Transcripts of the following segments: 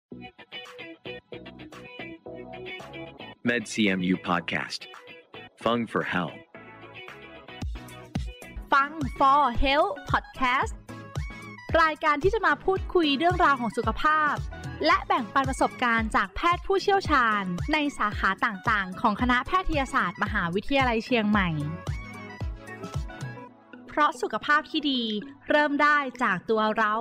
MedCMU Podcast. Fung for Health. ฟัง for Health Podcast รายการที่จะมาพูดคุยเรื่องราวของสุขภาพและแบ่งปันประสบการณ์จากแพทย์ผู้เชี่ยวชาญในสาขาต่างๆของคณะแพทยศาสตร์มหาวิทยาลัยเชียงใหม่เพราะสุขภาพที่ดีเริ่มได้จากตัวเรา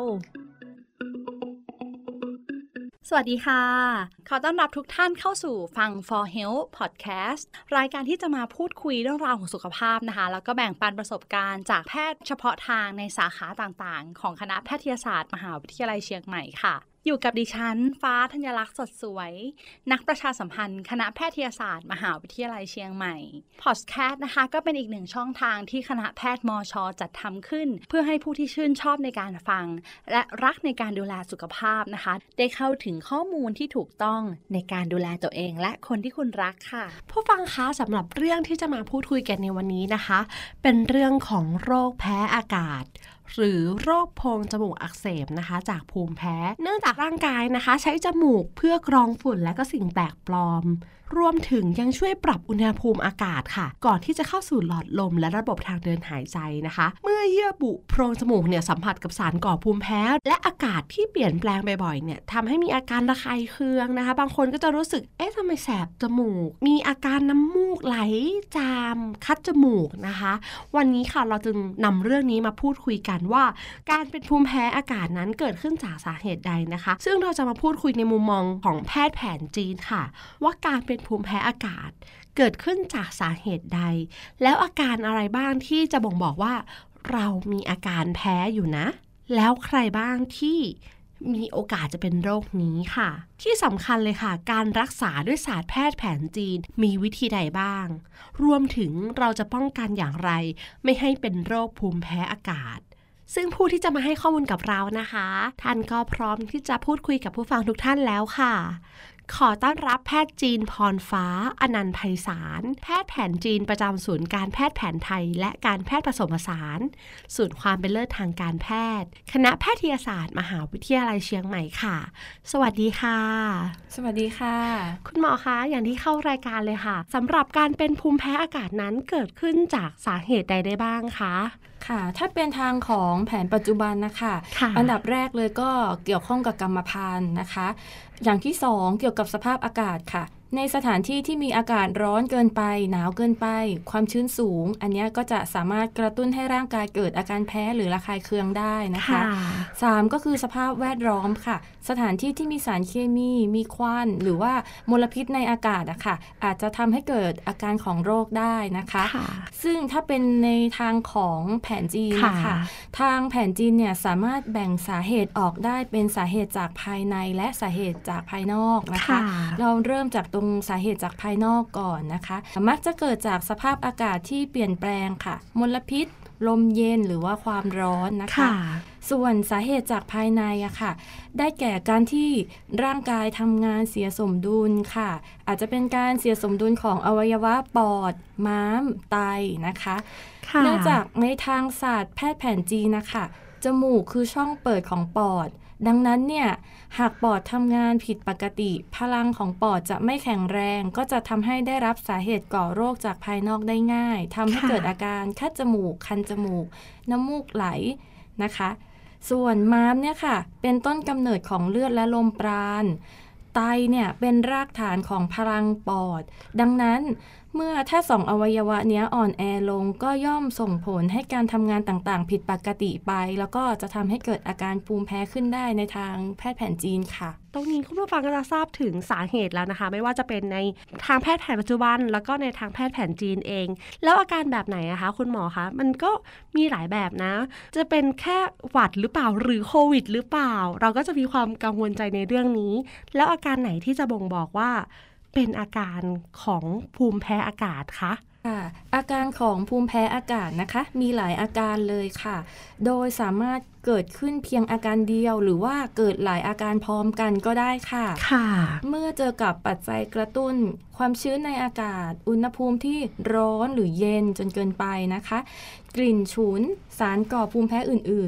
สวัสดีค่ะขอต้อนรับทุกท่านเข้าสู่ฟัง For Health Podcast รายการที่จะมาพูดคุยเรื่องราวของสุขภาพนะคะแล้วก็แบ่งปันประสบการณ์จากแพทย์เฉพาะทางในสาขาต่างๆของคณะแพทยศาสตร์มหาวิทยาลัยเชียงใหม่ค่ะอยู่กับดิฉันฟ้าธัญลักษณ์สดสวยนักประชาสัมพันธ์คณะแพทยศาสตร์มหาวิทยาลัยเชียงใหม่พอดแคสต์นะคะก็เป็นอีกหนึ่งช่องทางที่คณะแพทย์มช.จัดทำขึ้นเพื่อให้ผู้ที่ชื่นชอบในการฟังและรักในการดูแลสุขภาพนะคะได้เข้าถึงข้อมูลที่ถูกต้องในการดูแลตัวเองและคนที่คุณรักค่ะผู้ฟังคะสำหรับเรื่องที่จะมาพูดคุยกันในวันนี้นะคะเป็นเรื่องของโรคแพ้อากาศหรือโรคโพรงจมูกอักเสบนะคะจากภูมิแพ้เนื่องจากร่างกายนะคะใช้จมูกเพื่อกรองฝุ่นและก็สิ่งแปลกปลอมรวมถึงยังช่วยปรับอุณหภูมิอากาศค่ะก่อนที่จะเข้าสู่หลอดลมและระบบทางเดินหายใจนะคะเมื่อเยื่อบุโพรงจมูกเนี่ยสัมผัสกับสารก่อภูมิแพ้และอากาศที่เปลี่ยนแปลงบ่อยๆเนี่ยทำให้มีอาการระคายเคืองนะคะบางคนก็จะรู้สึกทำไมแสบจมูกมีอาการน้ำมูกไหลจามคัดจมูกนะคะวันนี้ค่ะเราจึงนำเรื่องนี้มาพูดคุยกันว่าการเป็นภูมิแพ้อากาศนั้นเกิดขึ้นจากสาเหตุใดนะคะซึ่งเราจะมาพูดคุยในมุมมองของแพทย์แผนจีนค่ะว่าการเป็นภูมิแพ้อากาศเกิดขึ้นจากสาเหตุใดแล้วอาการอะไรบ้างที่จะบ่งบอกว่าเรามีอาการแพ้อยู่นะแล้วใครบ้างที่มีโอกาสจะเป็นโรคนี้ค่ะที่สำคัญเลยค่ะการรักษาด้วยศาสตร์แพทย์แผนจีนมีวิธีใดบ้างรวมถึงเราจะป้องกันอย่างไรไม่ให้เป็นโรคภูมิแพ้อากาศซึ่งผู้ที่จะมาให้ข้อมูลกับเรานะคะท่านก็พร้อมที่จะพูดคุยกับผู้ฟังทุกท่านแล้วค่ะขอต้อนรับแพทย์จีนพรฟ้าอนันต์ไพศาลแพทย์แผนจีนประจำศูนย์การแพทย์แผนไทยและการแพทย์ผสมผสานศูนย์ความเป็นเลิศทางการแพทย์คณะแพทยศาสตร์มหาวิทยาลัยเชียงใหม่ค่ะสวัสดีค่ะสวัสดีค่ะคุณหมอคะอย่างที่เข้ารายการเลยค่ะสำหรับการเป็นภูมิแพ้อากาศนั้นเกิดขึ้นจากสาเหตุใดได้บ้างคะค่ะถ้าเป็นทางของแผนปัจจุบันนะคะอันดับแรกเลยก็เกี่ยวข้องกับกรรมพันธุ์นะคะอย่างที่2เกี่ยวกับสภาพอากาศค่ะในสถานที่ที่มีอากาศร้อนเกินไปหนาวเกินไปความชื้นสูงอันนี้ก็จะสามารถกระตุ้นให้ร่างกายเกิดอาการแพ้หรือระคายเคืองได้นะคะ3ก็คือสภาพแวดล้อมค่ะสถานที่ที่มีสารเคมีมีควันหรือว่ามลพิษในอากาศอะค่ะอาจจะทำให้เกิดอาการของโรคได้นะคะซึ่งถ้าเป็นในทางของแผนจีนนะคะทางแผนจีนเนี่ยสามารถแบ่งสาเหตุออกได้เป็นสาเหตุจากภายในและสาเหตุจากภายนอกนะคะเราเริ่มจากตรงสาเหตุจากภายนอกก่อนนะคะมักจะเกิดจากสภาพอากาศที่เปลี่ยนแปลงค่ะมลพิษลมเย็นหรือว่าความร้อนนะคะส่วนสาเหตุจากภายในอะค่ะได้แก่การที่ร่างกายทำงานเสียสมดุลค่ะอาจจะเป็นการเสียสมดุลของอวัยวะปอดม้ามไตนะคะเนื่องจากในทางศาสตร์แพทย์แผนจีนนะคะจมูกคือช่องเปิดของปอดดังนั้นเนี่ยหากปอดทำงานผิดปกติพลังของปอดจะไม่แข็งแรงก็จะทำให้ได้รับสาเหตุก่อโรคจากภายนอกได้ง่ายทำให้เกิดอาการคัดจมูกคันจมูกน้ำมูกไหลนะคะส่วนม้ามเนี่ยค่ะเป็นต้นกำเนิดของเลือดและลมปราณไตเนี่ยเป็นรากฐานของพลังปอดดังนั้นเมื่อถ้า2อวัยวะเนี้ยอ่อนแอลงก็ย่อมส่งผลให้การทำงานต่างๆผิดปกติไปแล้วก็จะทำให้เกิดอาการภูมิแพ้ขึ้นได้ในทางแพทย์แผนจีนค่ะตรงนี้คุณผู้ฟังก็จะทราบถึงสาเหตุแล้วนะคะไม่ว่าจะเป็นในทางแพทย์แผนปัจจุบันแล้วก็ในทางแพทย์แผนจีนเองแล้วอาการแบบไหนอะคะคุณหมอคะมันก็มีหลายแบบนะจะเป็นแค่หวัดหรือเปล่าหรือโควิดหรือเปล่าเราก็จะมีความกังวลใจในเรื่องนี้แล้วอาการไหนที่จะบ่งบอกว่าเป็นอาการของภูมิแพ้อากาศคะอาการของภูมิแพ้อากาศนะคะมีหลายอาการเลยค่ะโดยสามารถเกิดขึ้นเพียงอาการเดียวหรือว่าเกิดหลายอาการพร้อมกันก็ได้ค่ะเมื่อเจอกับปัจจัยกระตุ้นความชื้นในอากาศอุณหภูมิที่ร้อนหรือเย็นจนเกินไปนะคะกลิ่นฉุนสารก่อภูมิแพ้อื่นๆ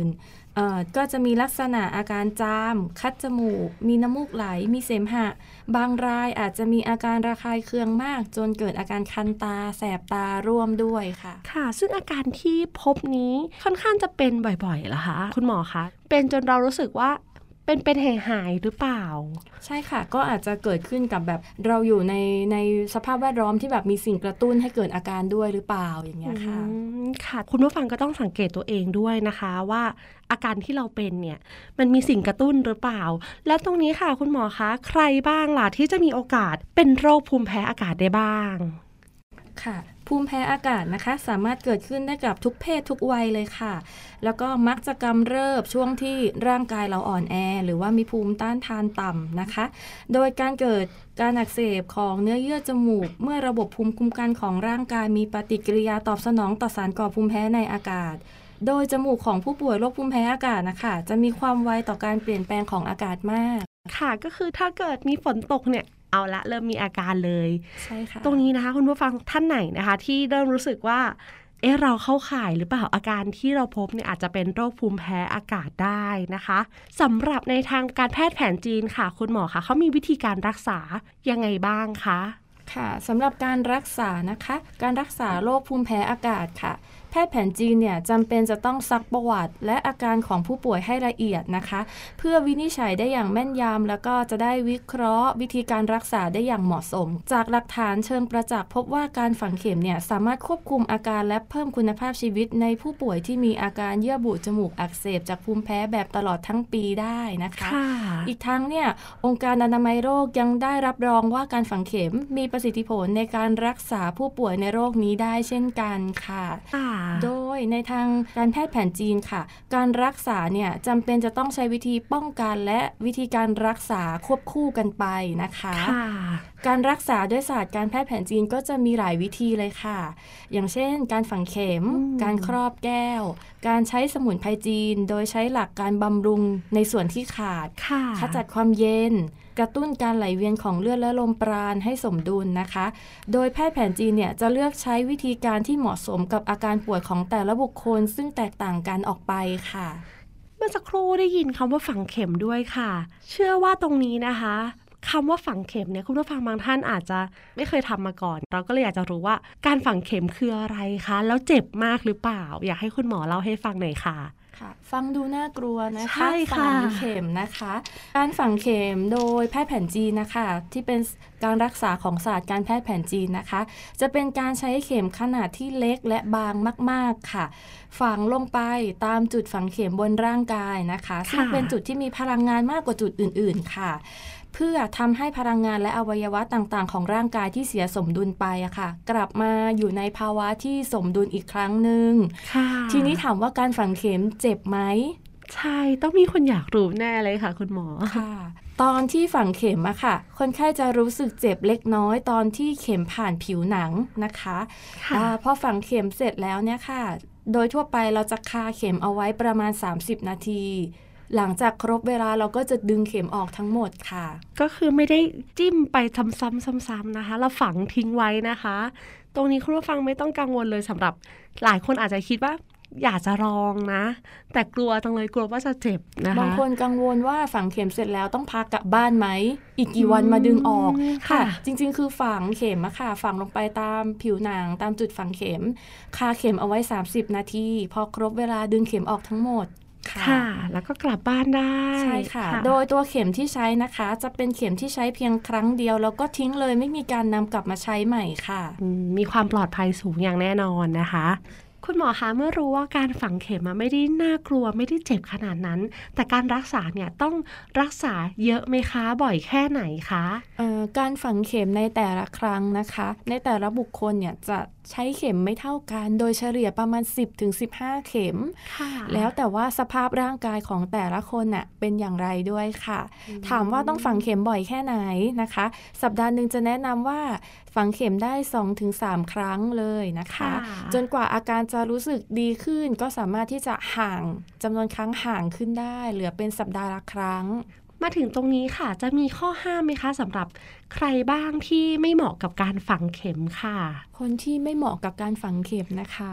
ก็จะมีลักษณะอาการจามคัดจมูกมีน้ำมูกไหลมีเสมหะบางรายอาจจะมีอาการระคายเคืองมากจนเกิดอาการคันตาแสบตาร่วมด้วยค่ะค่ะซึ่งอาการที่พบนี้ค่อนข้างจะเป็นบ่อยๆเหรอคะคุณหมอคะเป็นจนเรารู้สึกว่าเป็นหายหรือเปล่าใช่ค่ะก็อาจจะเกิดขึ้นกับแบบเราอยู่ในสภาพแวดล้อมที่แบบมีสิ่งกระตุ้นให้เกิดอาการด้วยหรือเปล่าอย่างเงี้ยค่ะค่ะคุณผู้ฟังก็ต้องสังเกตตัวเองด้วยนะคะว่าอาการที่เราเป็นเนี่ยมันมีสิ่งกระตุ้นหรือเปล่าและตรงนี้ค่ะคุณหมอคะใครบ้างล่ะที่จะมีโอกาสเป็นโรคภูมิแพ้อากาศได้บ้างค่ะภูมิแพ้อากาศนะคะสามารถเกิดขึ้นได้กับทุกเพศทุกวัยเลยค่ะแล้วก็มักจะกำเริบช่วงที่ร่างกายเราอ่อนแอหรือว่ามีภูมิต้านทานต่ำนะคะโดยการเกิดการอักเสบของเนื้อเยื่อจมูกเมื่อระบบภูมิคุ้มกันของร่างกายมีปฏิกิริยาตอบสนองต่อสารก่อภูมิแพ้ในอากาศโดยจมูกของผู้ป่วยโรคภูมิแพ้อากาศนะคะจะมีความไวต่อการเปลี่ยนแปลงของอากาศมากค่ะก็คือถ้าเกิดมีฝนตกเนี่ยเอาละเริ่มมีอาการเลยใช่ค่ะตรงนี้นะคะคุณผู้ฟังท่านไหนนะคะที่เริ่มรู้สึกว่าเราเข้าข่ายหรือเปล่าอาการที่เราพบเนี่ยอาจจะเป็นโรคภูมิแพ้อากาศได้นะคะสำหรับในทางการแพทย์แผนจีนค่ะคุณหมอคะเขามีวิธีการรักษายังไงบ้างคะค่ะสำหรับการรักษานะคะการรักษาโรคภูมิแพ้อากาศค่ะแพทย์แผนจีนเนี่ยจำเป็นจะต้องซักประวัติและอาการของผู้ป่วยให้ละเอียดนะคะเพื่อวินิจฉัยได้อย่างแม่นยำแล้วก็จะได้วิเคราะห์วิธีการรักษาได้อย่างเหมาะสมจากหลักฐานเชิงประจักษ์พบว่าการฝังเข็มเนี่ยสามารถควบคุมอาการและเพิ่มคุณภาพชีวิตในผู้ป่วยที่มีอาการเยื่อบุจมูกอักเสบจากภูมิแพ้แบบตลอดทั้งปีได้นะคะอีกทั้งเนี่ยองค์การอนามัยโลกยังได้รับรองว่าการฝังเข็มมีประสิทธิผลในการรักษาผู้ป่วยในโรคนี้ได้เช่นกันค่ะโดยในทางการแพทย์แผนจีนค่ะการรักษาเนี่ยจำเป็นจะต้องใช้วิธีป้องกันและวิธีการรักษาควบคู่กันไปนะคะการรักษาด้วยศาสตร์การแพทย์แผนจีนก็จะมีหลายวิธีเลยค่ะอย่างเช่นการฝังเข็มการครอบแก้วการใช้สมุนไพรจีนโดยใช้หลักการบำรุงในส่วนที่ขาดขจัดความเย็นกระตุ้นการไหลเวียนของเลือดและลมปราณให้สมดุลนะคะโดยแพทย์แผนจีนเนี่ยจะเลือกใช้วิธีการที่เหมาะสมกับอาการป่วยของแต่ละบุคคลซึ่งแตกต่างกันออกไปค่ะเมื่อสักครู่ได้ยินคำว่าฝังเข็มด้วยค่ะเชื่อว่าตรงนี้นะคะคำว่าฝังเข็มเนี่ยคุณผู้ฟังบางท่านอาจจะไม่เคยทำมาก่อนเราก็เลยอยากจะรู้ว่าการฝังเข็มคืออะไรคะแล้วเจ็บมากหรือเปล่าอยากให้คุณหมอเล่าให้ฟังหน่อยค่ะฟังดูน่ากลัวนะคะฝังเข็มนะคะการฝังเข็มโดยแพทย์แผนจีนนะคะที่เป็นการรักษาของศาสตร์การแพทย์แผนจีนนะคะจะเป็นการใช้เข็มขนาดที่เล็กและบางมากๆค่ะฝังลงไปตามจุดฝังเข็มบนร่างกายนะคะซึ่งเป็นจุดที่มีพลังงานมากกว่าจุดอื่นๆค่ะเพื่อทำให้พลังงานและอวัยวะต่างๆของร่างกายที่เสียสมดุลไปอะค่ะกลับมาอยู่ในภาวะที่สมดุลอีกครั้งหนึ่งทีนี้ถามว่าการฝังเข็มเจ็บไหมใช่ต้องมีคนอยากรู้แน่เลยค่ะคุณหมอค่ะตอนที่ฝังเข็มอะค่ะคนไข้จะรู้สึกเจ็บเล็กน้อยตอนที่เข็มผ่านผิวหนังนะคะพอฝังเข็มเสร็จแล้วเนี่ยค่ะโดยทั่วไปเราจะคาเข็มเอาไว้ประมาณ30นาทีหลังจากครบเวลาเราก็จะดึงเข็มออกทั้งหมดค่ะก็คือไม่ได้จิ้มไปซ้ำๆนะคะเราฝังทิ้งไว้นะคะตรงนี้คุณผู้ฟังไม่ต้องกังวลเลยสำหรับหลายคนอาจจะคิดว่าอยากจะลองนะแต่กลัวจังเลยกลัวว่าจะเจ็บนะคะบางคนกังวลว่าฝังเข็มเสร็จแล้วต้องพากลับบ้านไหมอีกกี่วันมาดึงออกค่ะจริงๆคือฝังเข็มอะค่ะฝังลงไปตามผิวหนังตามจุดฝังเข็มคาเข็มเอาไว้30นาทีพอครบเวลาดึงเข็มออกทั้งหมดค่ะแล้วก็กลับบ้านได้ใช่ค่ะโดยตัวเข็มที่ใช้นะคะจะเป็นเข็มที่ใช้เพียงครั้งเดียวแล้วก็ทิ้งเลยไม่มีการนำกลับมาใช้ใหม่ค่ะมีความปลอดภัยสูงอย่างแน่นอนนะคะคุณหมอคะเมื่อรู้ว่าการฝังเข็มไม่ได้น่ากลัวไม่ได้เจ็บขนาดนั้นแต่การรักษาเนี่ยต้องรักษาเยอะไหมคะบ่อยแค่ไหนคะการฝังเข็มในแต่ละครั้งนะคะในแต่ละบุคคลเนี่ยจะใช้เข็มไม่เท่ากันโดยเฉลี่ยประมาณ 10-15 เข็มแล้วแต่ว่าสภาพร่างกายของแต่ละคนน่ะเป็นอย่างไรด้วยค่ะถามว่าต้องฝังเข็มบ่อยแค่ไหนนะคะสัปดาห์นึงจะแนะนำว่าฝังเข็มได้ 2-3 ครั้งเลยนะคะจนกว่าอาการจะรู้สึกดีขึ้นก็สามารถที่จะห่างจำนวนครั้งห่างขึ้นได้เหลือเป็นสัปดาห์ละครั้งมาถึงตรงนี้ค่ะจะมีข้อห้ามไหมคะสำหรับใครบ้างที่ไม่เหมาะกับการฝังเข็มค่ะคนที่ไม่เหมาะกับการฝังเข็มนะคะ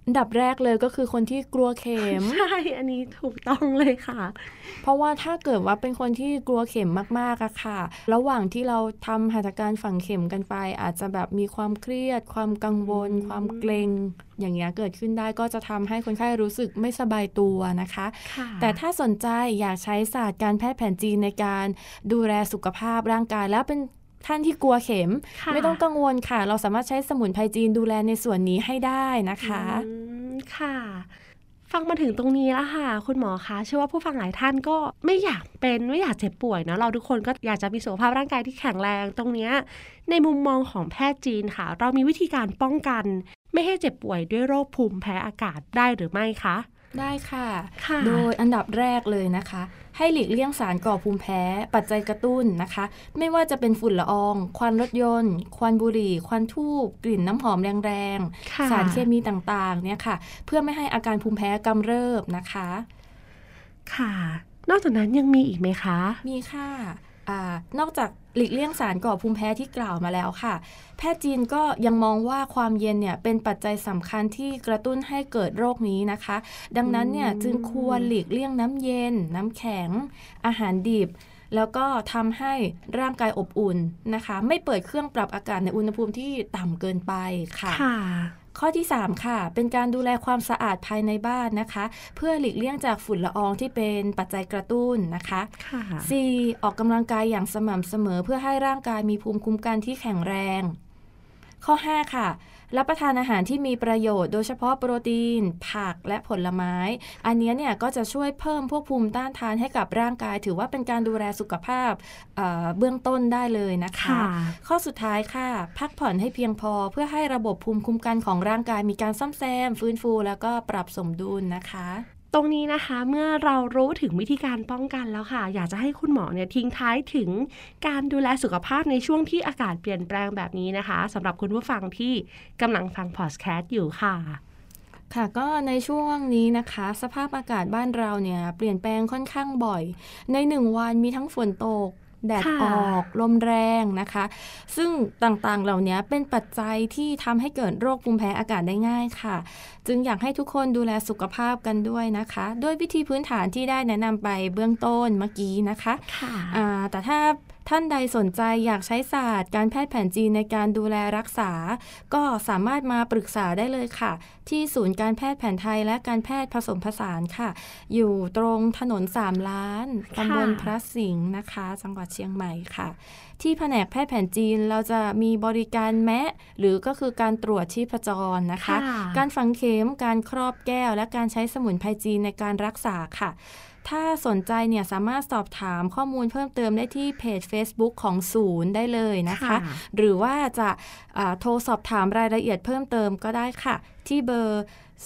อันดับแรกเลยก็คือคนที่กลัวเข็มใช่อันนี้ถูกต้องเลยค่ะเพราะว่าถ้าเกิดว่าเป็นคนที่กลัวเข็มมากๆอะค่ะระหว่างที่เราทำหัตถการฝังเข็มกันไปอาจจะแบบมีความเครียดความกังวลความเกรงอย่างเงี้ยเกิดขึ้นได้ก็จะทำให้คนไข้รู้สึกไม่สบายตัวนะคะแต่ถ้าสนใจอยากใช้ศาสตร์การแพทย์แผนจีนในการดูแลสุขภาพร่างกายแล้วเป็นท่านที่กลัวเข็มไม่ต้องกังวลค่ะเราสามารถใช้สมุนไพรจีนดูแลในส่วนนี้ให้ได้นะคะค่ะฟังมาถึงตรงนี้แล้วค่ะคุณหมอคะเชื่อว่าผู้ฟังหลายท่านก็ไม่อยากเจ็บป่วยนะเราทุกคนก็อยากจะมีสุขภาพร่างกายที่แข็งแรงตรงนี้ในมุมมองของแพทย์จีนค่ะเรามีวิธีการป้องกันไม่ให้เจ็บป่วยด้วยโรคภูมิแพ้อากาศได้หรือไม่คะได้ค่ะโดยอันดับแรกเลยนะคะให้หลีกเลี่ยงสารก่อภูมิแพ้ปัจจัยกระตุ้นนะคะไม่ว่าจะเป็นฝุ่นละอองควันรถยนต์ควันบุหรี่ควันธูปกลิ่นน้ำหอมแรงๆสารเคมีต่างๆเนี่ยค่ะเพื่อไม่ให้อาการภูมิแพ้กำเริบนะคะค่ะนอกจากนั้นยังมีอีกไหมคะมีค่ะนอกจากหลีกเลี่ยงสารก่อภูมิแพ้ที่กล่าวมาแล้วค่ะแพทย์จีนก็ยังมองว่าความเย็นเนี่ยเป็นปัจจัยสำคัญที่กระตุ้นให้เกิดโรคนี้นะคะดังนั้นเนี่ยจึงควรหลีกเลี่ยงน้ำเย็นน้ำแข็งอาหารดิบแล้วก็ทำให้ร่างกายอบอุ่นนะคะไม่เปิดเครื่องปรับอากาศในอุณหภูมิที่ต่ำเกินไปค่ะข้อที่3ค่ะเป็นการดูแลความสะอาดภายในบ้านนะคะเพื่อหลีกเลี่ยงจากฝุ่นละอองที่เป็นปัจจัยกระตุ้นนะคะ 4. ออกกำลังกายอย่างสม่ำเสมอเพื่อให้ร่างกายมีภูมิคุ้มกันที่แข็งแรงข้อ5ค่ะรับประทานอาหารที่มีประโยชน์โดยเฉพาะโปรตีนผักและผลไม้อันนี้เนี่ยก็จะช่วยเพิ่มพวกภูมิต้านทานให้กับร่างกายถือว่าเป็นการดูแลสุขภาพเบื้องต้นได้เลยนะคะข้อสุดท้ายค่ะพักผ่อนให้เพียงพอเพื่อให้ระบบภูมิคุ้มกันของร่างกายมีการซ่อมแซมฟื้นฟูแล้วก็ปรับสมดุลนะคะตรงนี้นะคะเมื่อเรารู้ถึงวิธีการป้องกันแล้วค่ะอยากจะให้คุณหมอเนี่ยทิ้งท้ายถึงการดูแลสุขภาพในช่วงที่อากาศเปลี่ยนแปลงแบบนี้นะคะสำหรับคุณผู้ฟังที่กำลังฟังพอดแคสต์อยู่ค่ะค่ะก็ในช่วงนี้นะคะสภาพอากาศบ้านเราเนี่ยเปลี่ยนแปลงค่อนข้างบ่อยใน1วันมีทั้งฝนตกแดดออกลมแรงนะคะซึ่งต่างๆเหล่านี้เป็นปัจจัยที่ทำให้เกิดโรคภูมิแพ้อากาศได้ง่ายค่ะจึงอยากให้ทุกคนดูแลสุขภาพกันด้วยนะคะด้วยวิธีพื้นฐานที่ได้แนะนำไปเบื้องต้นเมื่อกี้นะคะแต่ถ้าท่านใดสนใจอยากใช้ศาสตร์การแพทย์แผนจีนในการดูแลรักษาก็สามารถมาปรึกษาได้เลยค่ะที่ศูนย์การแพทย์แผนไทยและการแพทย์ผสมผสานค่ะอยู่ตรงถนน3 ล้านตำบลพระสิงห์นะคะจังหวัดเชียงใหม่ค่ะที่แผนกแพทย์แผนจีนเราจะมีบริการแมะหรือก็คือการตรวจชีพจรนะคะการฝังเข็มการครอบแก้วและการใช้สมุนไพรจีนในการรักษาค่ะถ้าสนใจเนี่ยสามารถสอบถามข้อมูลเพิ่มเติมได้ที่เพจ Facebook ของศูนย์ได้เลยนะคะหรือว่าจะโทรสอบถามรายละเอียดเพิ่มเติมก็ได้ค่ะที่เบอร์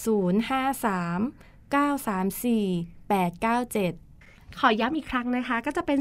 053-934-897 ขอย้ำอีกครั้งนะคะก็จะเป็น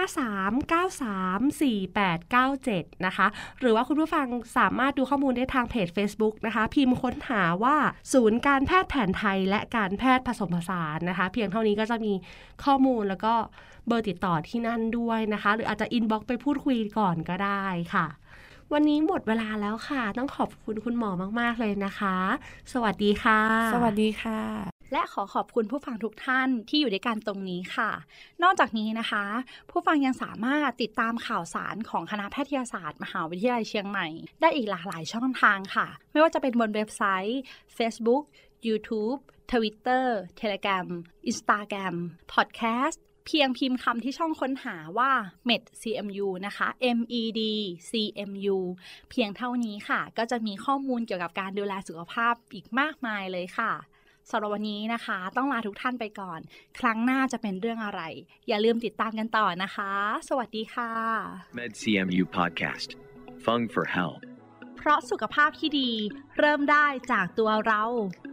053-934897 นะคะหรือว่าคุณผู้ฟังสามารถดูข้อมูลได้ทางเพจ Facebook นะคะพิมพ์ค้นหาว่าศูนย์การแพทย์แผนไทยและการแพทย์ผสมผสานนะคะเพียงเท่านี้ก็จะมีข้อมูลแล้วก็เบอร์ติดต่อที่นั่นด้วยนะคะหรืออาจจะอินบ็อกซ์ไปพูดคุยก่อนก็ได้ค่ะวันนี้หมดเวลาแล้วค่ะต้องขอบคุณคุณหมอมากๆเลยนะคะสวัสดีค่ะสวัสดีค่ะและขอบคุณผู้ฟังทุกท่านที่อยู่ด้วยกันตรงนี้ค่ะนอกจากนี้นะคะผู้ฟังยังสามารถติดตามข่าวสารของคณะแพทยศาสตร์มหาวิทยาลัยเชียงใหม่ได้อีกหลากหลายช่องทางค่ะไม่ว่าจะเป็นบนเว็บไซต์ Facebook YouTube Twitter Telegram Instagram Podcast เพียงพิมพ์คำที่ช่องค้นหาว่า medcmu นะคะ medcmu เพียงเท่านี้ค่ะก็จะมีข้อมูลเกี่ยวกับการดูแลสุขภาพอีกมากมายเลยค่ะสำหรับวันนี้นะคะต้องลาทุกท่านไปก่อนครั้งหน้าจะเป็นเรื่องอะไรอย่าลืมติดตามกันต่อนะคะสวัสดีค่ะ MedCMU Podcast Fung for Health เพราะสุขภาพที่ดีเริ่มได้จากตัวเรา